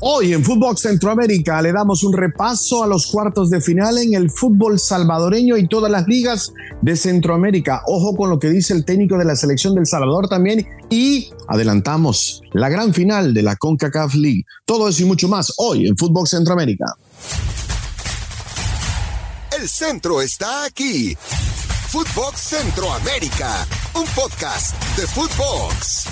Hoy en Fútbol Centroamérica le damos un repaso a los cuartos de final en el fútbol salvadoreño y todas las ligas de Centroamérica. Ojo con lo que dice el técnico de la selección del Salvador también, y adelantamos la gran final de la CONCACAF League. Todo eso y mucho más hoy en Fútbol Centroamérica. El centro está aquí. Fútbol Centroamérica, un podcast de Footbox.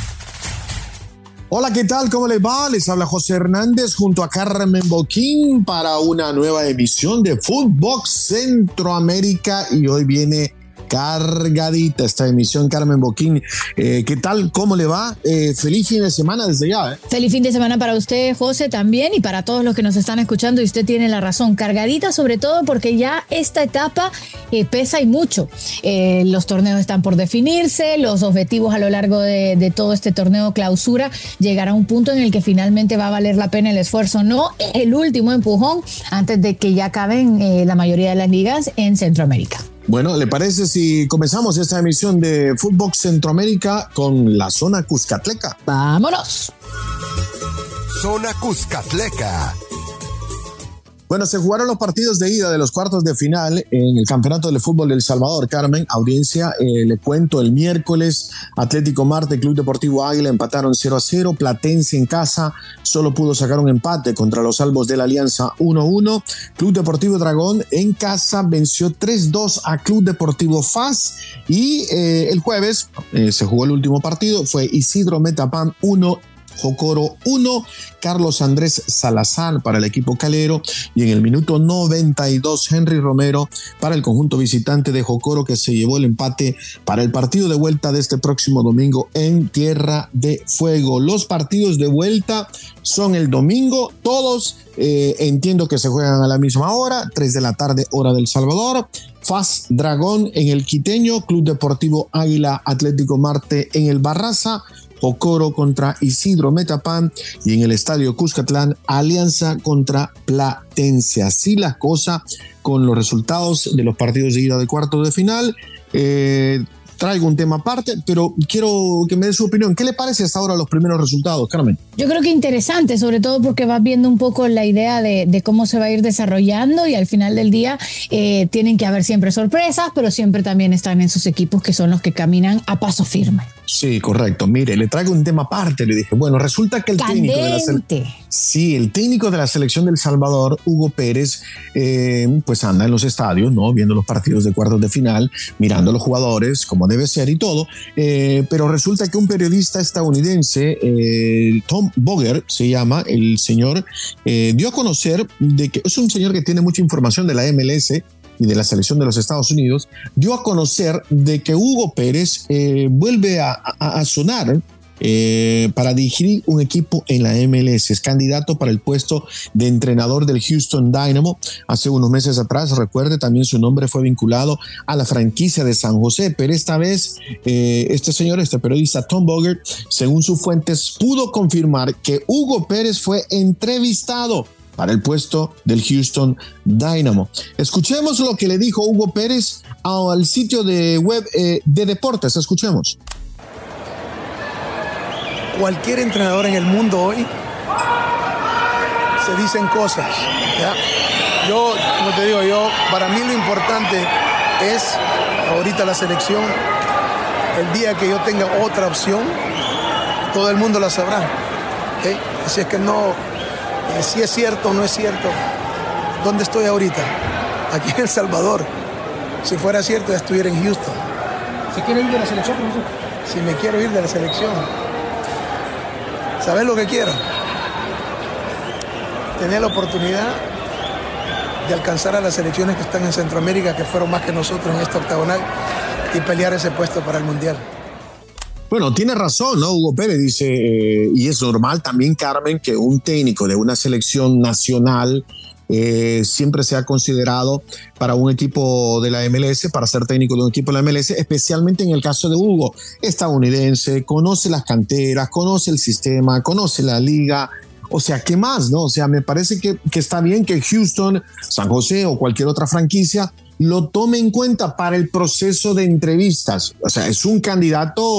Hola, ¿qué tal? ¿Cómo les va? Les habla José Hernández junto a Carmen Boquín para una nueva emisión de Fútbol Centroamérica, y hoy viene cargadita esta emisión. Carmen Boquín, ¿qué tal? ¿Cómo le va? Feliz fin de semana desde ya. Feliz fin de semana para usted, José, también, y para todos los que nos están escuchando. Y usted tiene la razón, cargadita sobre todo porque ya esta etapa pesa y mucho. Los torneos están por definirse, los objetivos a lo largo de todo este torneo clausura, llegará a un punto en el que finalmente va a valer la pena el esfuerzo, no el último empujón antes de que ya acaben la mayoría de las ligas en Centroamérica. Bueno, ¿le parece si comenzamos esta emisión de Fútbol Centroamérica con la zona Cuscatleca? ¡Vámonos! Zona Cuscatleca. Bueno, se jugaron los partidos de ida de los cuartos de final en el Campeonato de Fútbol del Salvador. Carmen, audiencia, le cuento, el miércoles Atlético Marte, Club Deportivo Águila empataron 0-0. Platense en casa solo pudo sacar un empate contra los Albos de la Alianza 1-1. Club Deportivo Dragón en casa venció 3-2 a Club Deportivo FAS. Y el jueves se jugó el último partido, fue Isidro Metapán 1, Jocoro 1, Carlos Andrés Salazar para el equipo calero, y en el minuto 92 Henry Romero para el conjunto visitante de Jocoro, que se llevó el empate para el partido de vuelta de este próximo domingo en Tierra de Fuego. Los partidos de vuelta son el domingo, todos entiendo que se juegan a la misma hora, 3 de la tarde hora del Salvador. FAS Dragón en el Quiteño, Club Deportivo Águila Atlético Marte en el Barraza, Jocoro contra Isidro Metapán, y en el Estadio Cuscatlán Alianza contra Platense. Así las cosas con los resultados de los partidos de ida de cuartos de final. Traigo un tema aparte, pero quiero que me dé su opinión. ¿Qué le parece hasta ahora los primeros resultados, Carmen? Yo creo que interesante, sobre todo porque vas viendo un poco la idea de cómo se va a ir desarrollando, y al final del día tienen que haber siempre sorpresas, pero siempre también están esos equipos que son los que caminan a paso firme. Sí, correcto. Mire, le traigo un tema aparte. Le dije, bueno, resulta que el técnico de la selección del Salvador, Hugo Pérez, pues anda en los estadios, ¿no? Viendo los partidos de cuartos de final, mirando a los jugadores como debe ser y todo, pero resulta que un periodista estadounidense, Tom Boger se llama el señor, dio a conocer de que es un señor que tiene mucha información de la MLS y de la selección de los Estados Unidos, dio a conocer de que Hugo Pérez vuelve a sonar para dirigir un equipo en la MLS. Es candidato para el puesto de entrenador del Houston Dynamo. Hace unos meses atrás, recuerde, también su nombre fue vinculado a la franquicia de San José, pero esta vez este periodista Tom Boger, según sus fuentes, pudo confirmar que Hugo Pérez fue entrevistado para el puesto del Houston Dynamo. Escuchemos lo que le dijo Hugo Pérez al sitio de web de deportes. Escuchemos. Cualquier entrenador en el mundo hoy se dicen cosas, ¿ya? Yo, como te digo, para mí lo importante es ahorita la selección. El día que yo tenga otra opción, todo el mundo la sabrá, ¿okay? Así es que no, si es cierto o no es cierto. ¿Dónde estoy ahorita? Aquí en El Salvador. Si fuera cierto, ya estuviera en Houston. ¿Se quiere ir de la selección, profesor? Si me quiero ir de la selección, ¿sabes lo que quiero? Tener la oportunidad de alcanzar a las selecciones que están en Centroamérica, que fueron más que nosotros en esta octagonal, y pelear ese puesto para el Mundial. Bueno, tiene razón, ¿no? Hugo Pérez dice, y es normal también, Carmen, que un técnico de una selección nacional siempre se ha considerado para un equipo de la MLS, para ser técnico de un equipo de la MLS, especialmente en el caso de Hugo, estadounidense, conoce las canteras, conoce el sistema, conoce la liga. O sea, ¿qué más, no? O sea, me parece que está bien que Houston, San José o cualquier otra franquicia lo tome en cuenta para el proceso de entrevistas. O sea, es un candidato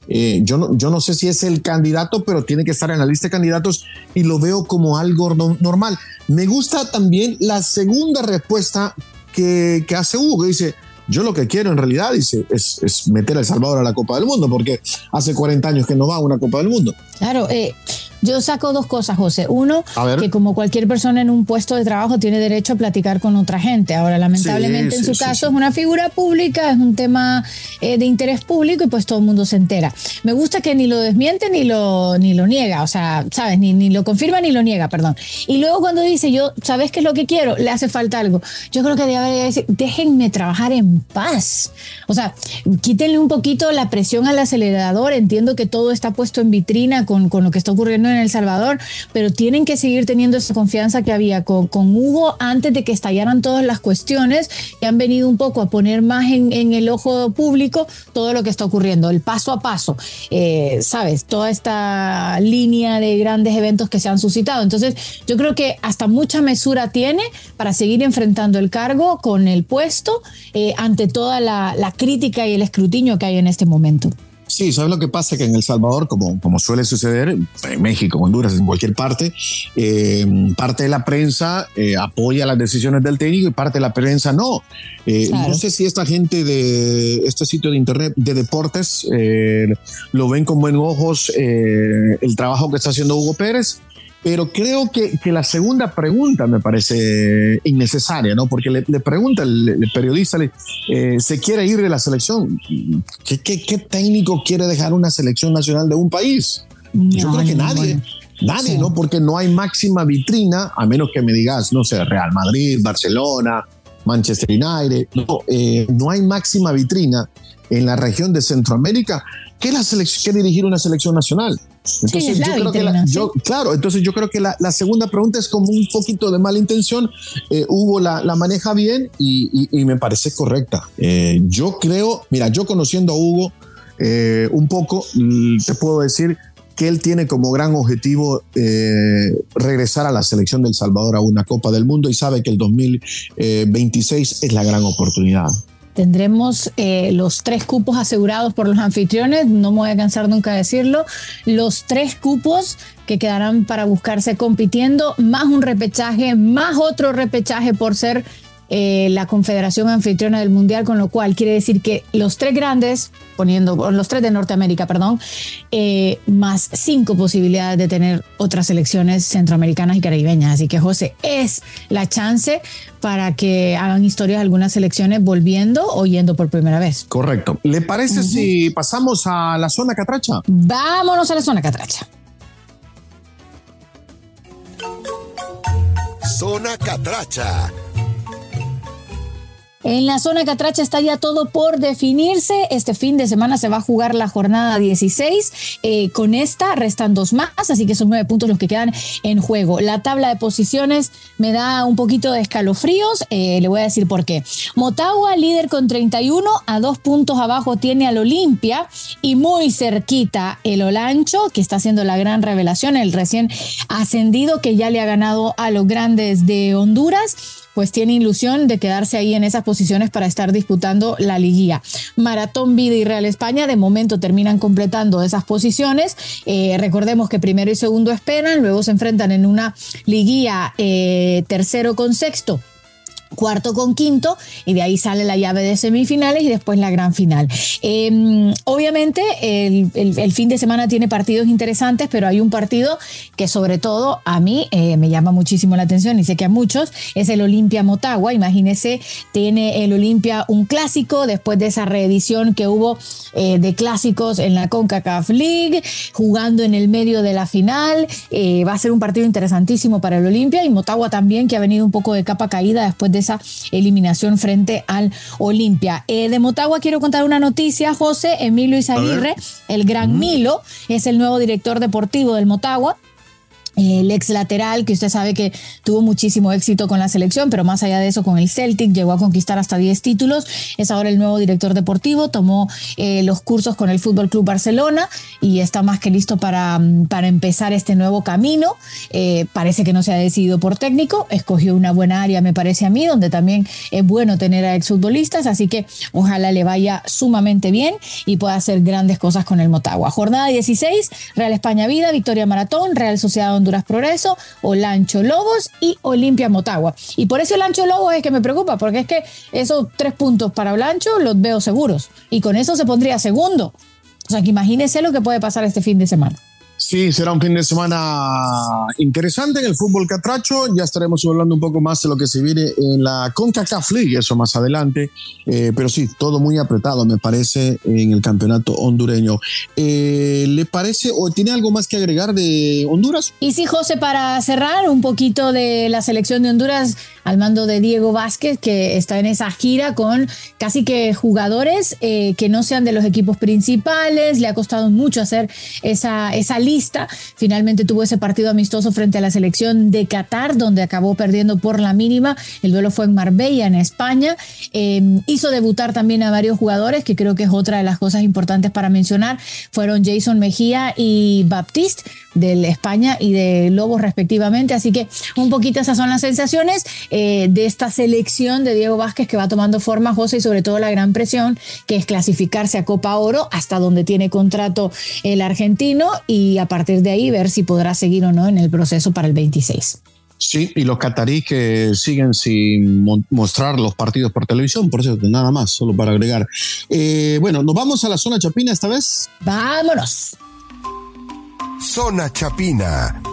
Yo no sé si es el candidato, pero tiene que estar en la lista de candidatos y lo veo como algo normal. Me gusta también la segunda respuesta que hace Hugo, que dice, yo lo que quiero en realidad, dice, es meter a El Salvador a la Copa del Mundo, porque hace 40 años que no va a una Copa del Mundo. Claro, yo saco dos cosas, José. Uno, que como cualquier persona en un puesto de trabajo tiene derecho a platicar con otra gente. Ahora, lamentablemente, en su caso es una figura pública, es un tema de interés público y pues todo el mundo se entera. Me gusta que ni lo desmiente ni lo niega, o sea, ¿sabes? Ni lo confirma ni lo niega, perdón. Y luego cuando dice, ¿sabes qué es lo que quiero? Le hace falta algo. Yo creo que debería decir, déjenme trabajar en paz. O sea, quítenle un poquito la presión al acelerador. Entiendo que todo está puesto en vitrina con lo que está ocurriendo en El Salvador, pero tienen que seguir teniendo esa confianza que había con Hugo antes de que estallaran todas las cuestiones que han venido un poco a poner más en el ojo público todo lo que está ocurriendo, el paso a paso, ¿sabes? Toda esta línea de grandes eventos que se han suscitado. Entonces, yo creo que hasta mucha mesura tiene para seguir enfrentando el cargo con el puesto ante toda la crítica y el escrutinio que hay en este momento. Sí, ¿sabes lo que pasa? Que en El Salvador, como suele suceder, en México, Honduras, en cualquier parte, parte de la prensa apoya las decisiones del técnico y parte de la prensa no. Claro. No sé si esta gente de este sitio de internet de deportes lo ven con buenos ojos el trabajo que está haciendo Hugo Pérez. Pero creo que la segunda pregunta me parece innecesaria, ¿no? Porque le pregunta el periodista, ¿se quiere ir de la selección? ¿Qué técnico quiere dejar una selección nacional de un país? Yo creo que nadie, sí. ¿No? Porque no hay máxima vitrina, a menos que me digas, no sé, Real Madrid, Barcelona, Manchester United. No hay máxima vitrina en la región de Centroamérica que dirigir una selección nacional. Entonces yo creo que la segunda pregunta es como un poquito de mala intención. Hugo la maneja bien y me parece correcta. Yo conociendo a Hugo un poco, te puedo decir que él tiene como gran objetivo regresar a la selección de El Salvador a una Copa del Mundo y sabe que el 2026 es la gran oportunidad. Tendremos los 3 cupos asegurados por los anfitriones, no me voy a cansar nunca de decirlo, los 3 cupos que quedarán para buscarse compitiendo, más un repechaje, más otro repechaje por ser la confederación anfitriona del Mundial, con lo cual quiere decir que los 3 grandes, los 3 de Norteamérica, más 5 posibilidades de tener otras selecciones centroamericanas y caribeñas. Así que, José, es la chance para que hagan historias algunas selecciones volviendo o yendo por primera vez. Correcto. ¿Le parece si pasamos a la zona catracha? Vámonos a la zona catracha. Zona catracha. En la zona catracha está ya todo por definirse. Este fin de semana se va a jugar la jornada 16. Con esta restan 2 más, así que son 9 puntos los que quedan en juego. La tabla de posiciones me da un poquito de escalofríos. Le voy a decir por qué. Motagua, líder con 31, a 2 puntos abajo tiene al Olimpia y muy cerquita el Olancho, que está haciendo la gran revelación, el recién ascendido que ya le ha ganado a los grandes de Honduras. Pues tiene ilusión de quedarse ahí en esas posiciones para estar disputando la liguilla. Maratón, Vida y Real España de momento terminan completando esas posiciones. Recordemos que primero y segundo esperan, luego se enfrentan en una liguilla tercero con sexto, cuarto con quinto, y de ahí sale la llave de semifinales y después la gran final. Obviamente el fin de semana tiene partidos interesantes, pero hay un partido que sobre todo a mí me llama muchísimo la atención y sé que a muchos, es el Olimpia Motagua. Imagínense, tiene el Olimpia un clásico después de esa reedición que hubo de clásicos en la CONCACAF League, jugando en el medio de la final. Va a ser un partido interesantísimo para el Olimpia, y Motagua también, que ha venido un poco de capa caída después de esa eliminación frente al Olimpia. De Motagua quiero contar una noticia, José. Emilio Izaguirre, el gran Milo, es el nuevo director deportivo del Motagua. el ex lateral, que usted sabe que tuvo muchísimo éxito con la selección, pero más allá de eso con el Celtic, llegó a conquistar hasta 10 títulos, es ahora el nuevo director deportivo, tomó los cursos con el Fútbol Club Barcelona y está más que listo para empezar este nuevo camino. Parece que no se ha decidido por técnico, escogió una buena área, me parece a mí, donde también es bueno tener a exfutbolistas, así que ojalá le vaya sumamente bien y pueda hacer grandes cosas con el Motagua. Jornada 16, Real España Vida, Victoria Maratón, Real Sociedad Honduras Progreso, Olancho Lobos y Olimpia Motagua. Y por eso Olancho Lobos es que me preocupa, porque es que esos 3 puntos para Olancho los veo seguros. Y con eso se pondría segundo. O sea, que imagínese lo que puede pasar este fin de semana. Sí, será un fin de semana interesante en el fútbol catracho. Ya estaremos hablando un poco más de lo que se viene en la CONCACAF League, eso más adelante. Pero sí, todo muy apretado, me parece, en el campeonato hondureño. ¿Le parece o tiene algo más que agregar de Honduras? Y sí, José, para cerrar un poquito de la selección de Honduras al mando de Diego Vázquez, que está en esa gira con casi que jugadores que no sean de los equipos principales. Le ha costado mucho hacer esa lista. Finalmente tuvo ese partido amistoso frente a la selección de Qatar, donde acabó perdiendo por la mínima. El duelo fue en Marbella, en España. Hizo debutar también a varios jugadores, que creo que es otra de las cosas importantes para mencionar. Fueron Jason Mejía y Baptiste, del España y de Lobos respectivamente, así que un poquito esas son las sensaciones de esta selección de Diego Vázquez, que va tomando forma, José, y sobre todo la gran presión que es clasificarse a Copa Oro, hasta donde tiene contrato el argentino, y a partir de ahí ver si podrá seguir o no en el proceso para el 26. Sí, y los cataríes que siguen sin mostrar los partidos por televisión, por cierto, nada más, solo para agregar. Bueno, nos vamos a la zona chapina esta vez. ¡Vámonos! Zona Chapina.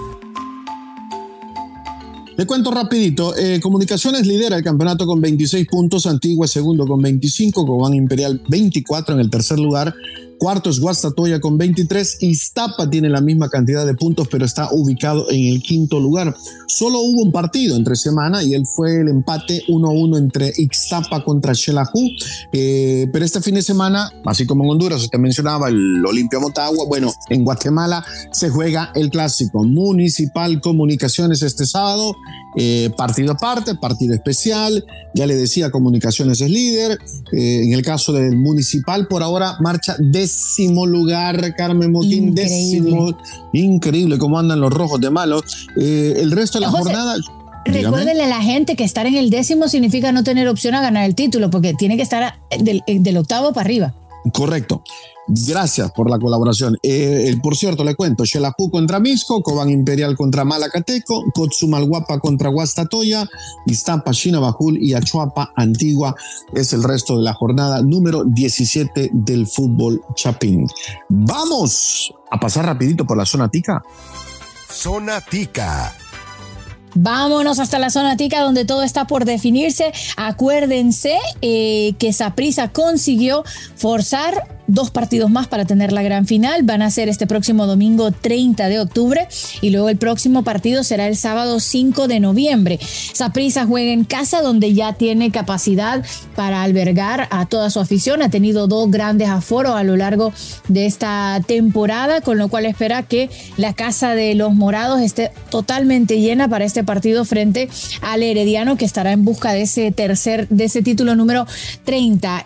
Le cuento rapidito, Comunicaciones lidera el campeonato con 26 puntos, Antigua es segundo con 25, Cobán Imperial 24 en el tercer lugar, cuarto es Guastatoya con 23, Iztapa tiene la misma cantidad de puntos pero está ubicado en el quinto lugar. Solo hubo un partido entre semana y él fue el empate 1-1 entre Ixtapa contra Xelajú, pero este fin de semana, así como en Honduras, usted mencionaba el Olimpia Motagua, bueno, en Guatemala se juega el clásico Municipal Comunicaciones este sábado, partido aparte, partido especial, ya le decía, Comunicaciones es líder, en el caso del Municipal por ahora marcha 10º lugar, Carmen Motín, Increíble. 10º, increíble cómo andan los rojos de malos, el resto de la José, jornada... Recuérdenle a la gente que estar en el 10º significa no tener opción a ganar el título, porque tiene que estar del octavo para arriba. Correcto. Gracias por la colaboración. Por cierto, le cuento, Xelajú contra Misco, Cobán Imperial contra Malacateco, Cotzumalguapa contra Guastatoya, Iztapa, Chinabajul y Achuapa, Antigua. Es el resto de la jornada número 17 del fútbol chapín. Vamos a pasar rapidito por la zona tica. Zona Tica. Vámonos hasta la zona tica, donde todo está por definirse. Acuérdense que Saprissa consiguió forzar 2 partidos más para tener la gran final. Van a ser este próximo domingo 30 de octubre y luego el próximo partido será el sábado 5 de noviembre. Saprissa juega en casa, donde ya tiene capacidad para albergar a toda su afición. Ha tenido 2 grandes aforos a lo largo de esta temporada, con lo cual espera que la casa de los morados esté totalmente llena para este partido frente al Herediano, que estará en busca de ese título número 30.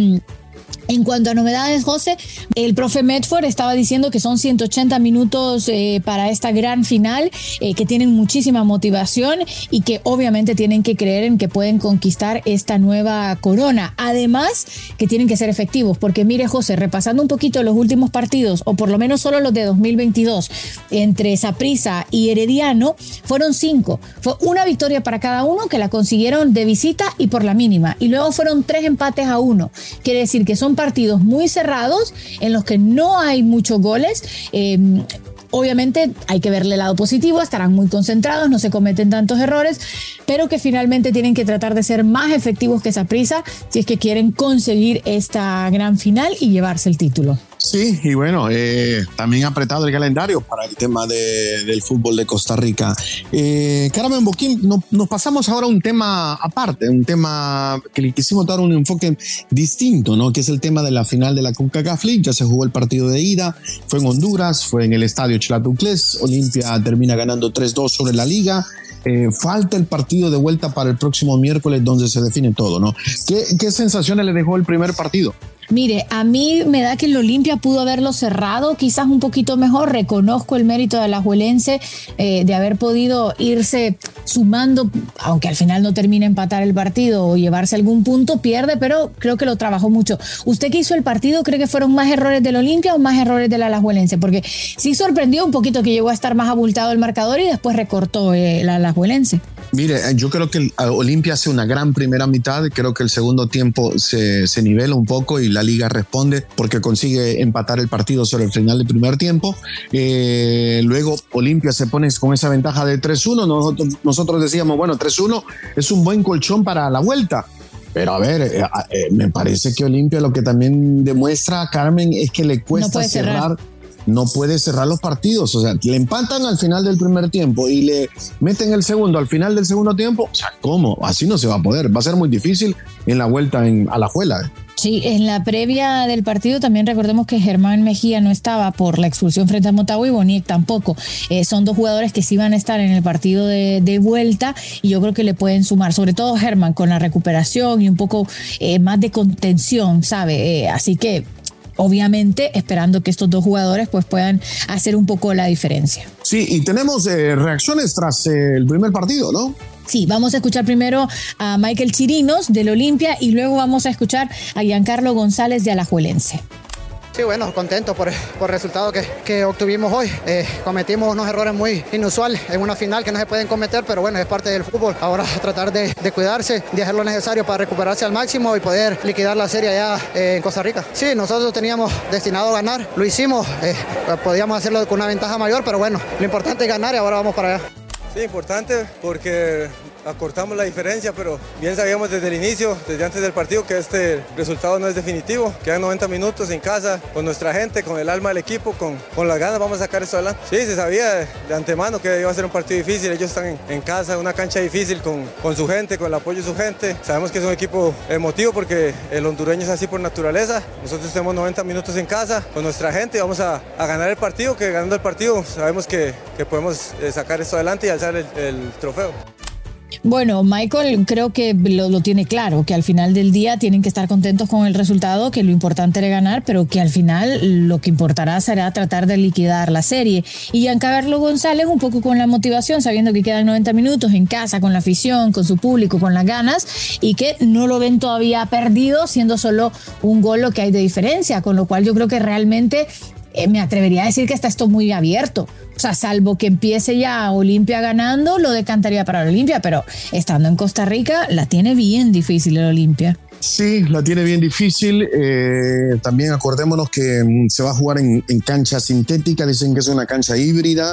En cuanto a novedades, José, el profe Medford estaba diciendo que son 180 minutos para esta gran final, que tienen muchísima motivación y que obviamente tienen que creer en que pueden conquistar esta nueva corona. Además, que tienen que ser efectivos, porque mire, José, repasando un poquito los últimos partidos, o por lo menos solo los de 2022, entre Saprissa y Herediano, fueron 5. Fue una victoria para cada uno, que la consiguieron de visita y por la mínima. Y luego fueron 3 empates a 1. Quiere decir que son partidos muy cerrados en los que no hay muchos goles. Obviamente hay que verle el lado positivo, estarán muy concentrados, no se cometen tantos errores, pero que finalmente tienen que tratar de ser más efectivos que Saprissa si es que quieren conseguir esta gran final y llevarse el título. Sí, y bueno, también apretado el calendario para el tema del fútbol de Costa Rica. Carmen Boquín, nos pasamos ahora a un tema aparte, un tema que le quisimos dar un enfoque distinto, ¿no? Que es el tema de la final de la CONCACAF League. Ya se jugó el partido de ida, fue en Honduras, fue en el estadio Xlatulclés. Olimpia termina ganando 3-2 sobre la Liga. Falta el partido de vuelta para el próximo miércoles, donde se define todo, ¿no? ¿Qué sensaciones le dejó el primer partido? Mire, a mí me da que el Olimpia pudo haberlo cerrado quizás un poquito mejor. Reconozco el mérito de alajuelense de haber podido irse sumando, aunque al final no termine empatar el partido o llevarse algún punto, pierde, pero creo que lo trabajó mucho. ¿Usted que hizo el partido cree que fueron más errores del Olimpia o más errores del alajuelense? Porque sí sorprendió un poquito que llegó a estar más abultado el marcador y después recortó el alajuelense. Mire, yo creo que el Olimpia hace una gran primera mitad, creo que el segundo tiempo se nivela un poco y la Liga responde porque consigue empatar el partido sobre el final del primer tiempo. Luego Olimpia se pone con esa ventaja de 3-1, nosotros decíamos, bueno, 3-1 es un buen colchón para la vuelta. Pero a ver, me parece que Olimpia lo que también demuestra, Carmen, es que le cuesta cerrar. No puede cerrar los partidos, o sea, le empatan al final del primer tiempo y le meten el segundo al final del segundo tiempo, o sea, ¿cómo? Así no se va a poder, va a ser muy difícil en la vuelta a Alajuela. Sí, en la previa del partido también recordemos que Germán Mejía no estaba por la expulsión frente a Motagua y Boniek tampoco. Son dos jugadores que sí van a estar en el partido de vuelta y yo creo que le pueden sumar, sobre todo Germán con la recuperación y un poco más de contención, ¿sabe? Así que obviamente esperando que estos dos jugadores pues puedan hacer un poco la diferencia. Sí, y tenemos reacciones tras el primer partido, ¿no? Sí, vamos a escuchar primero a Michael Chirinos del Olimpia y luego vamos a escuchar a Giancarlo González de Alajuelense. Sí, bueno, contento por el resultado que obtuvimos hoy. Cometimos unos errores muy inusuales en una final que no se pueden cometer, pero bueno, es parte del fútbol. Ahora tratar de cuidarse, de hacer lo necesario para recuperarse al máximo y poder liquidar la serie allá en Costa Rica. Sí, nosotros teníamos destinado a ganar, lo hicimos, podíamos hacerlo con una ventaja mayor, pero bueno, lo importante es ganar y ahora vamos para allá. Sí, importante porque acortamos la diferencia, pero bien sabíamos desde el inicio, desde antes del partido, que este resultado no es definitivo. Quedan 90 minutos en casa, con nuestra gente, con el alma del equipo, con las ganas, vamos a sacar esto adelante. Sí, se sabía de antemano que iba a ser un partido difícil. Ellos están en casa, una cancha difícil con su gente, con el apoyo de su gente. Sabemos que es un equipo emotivo porque el hondureño es así por naturaleza. Nosotros tenemos 90 minutos en casa con nuestra gente y vamos a ganar el partido, que ganando el partido sabemos que podemos sacar esto adelante y alzar el trofeo. Bueno, Michael creo que lo tiene claro, que al final del día tienen que estar contentos con el resultado, que lo importante era ganar, pero que al final lo que importará será tratar de liquidar la serie. Y Giancarlo González un poco con la motivación, sabiendo que quedan 90 minutos en casa, con la afición, con su público, con las ganas, y que no lo ven todavía perdido, siendo solo un gol lo que hay de diferencia, con lo cual yo creo que realmente me atrevería a decir que está esto muy abierto. O sea, salvo que empiece ya Olimpia ganando, lo decantaría para el Olimpia, pero estando en Costa Rica la tiene bien difícil el Olimpia. Sí, la tiene bien difícil. También acordémonos que se va a jugar en cancha sintética, dicen que es una cancha híbrida.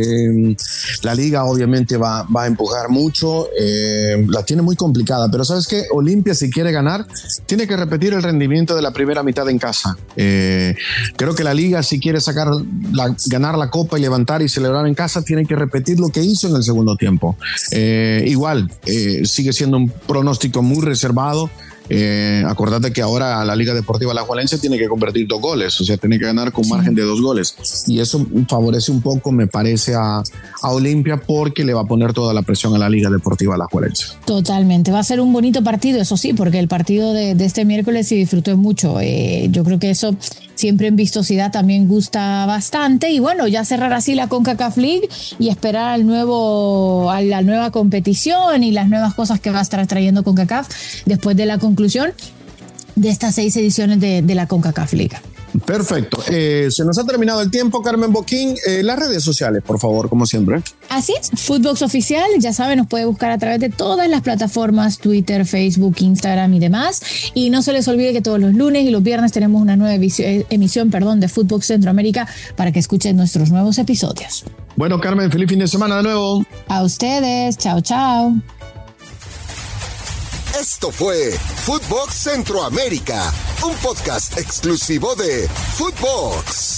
La liga obviamente va a empujar mucho, la tiene muy complicada, pero ¿sabes qué? Olimpia, si quiere ganar, tiene que repetir el rendimiento de la primera mitad en casa. Creo que la liga, si quiere ganar la copa y levantar y celebrar en casa, tiene que repetir lo que hizo en el segundo tiempo. Igual, sigue siendo un pronóstico muy reservado. Acordate que ahora la Liga Deportiva Alajuelense tiene que convertir 2 goles, o sea, tiene que ganar con margen de 2 goles, y eso favorece un poco, me parece, a Olimpia, porque le va a poner toda la presión a la Liga Deportiva Alajuelense. Totalmente, va a ser un bonito partido, eso sí, porque el partido de este miércoles se disfrutó mucho. Yo creo que eso siempre en vistosidad también gusta bastante, y bueno, ya cerrar así la CONCACAF League y esperar a la nueva competición y las nuevas cosas que va a estar trayendo CONCACAF después de la conclusión de estas 6 ediciones de la CONCACAF Liga. Perfecto. Se nos ha terminado el tiempo, Carmen Boquín. Las redes sociales, por favor, como siempre. Así es, Footbox Oficial, ya saben, nos puede buscar a través de todas las plataformas, Twitter, Facebook, Instagram y demás. Y no se les olvide que todos los lunes y los viernes tenemos una nueva emisión de Footbox Centroamérica para que escuchen nuestros nuevos episodios. Bueno, Carmen, feliz fin de semana de nuevo. A ustedes, chao, chao. Esto fue Footbox Centroamérica, un podcast exclusivo de Footbox.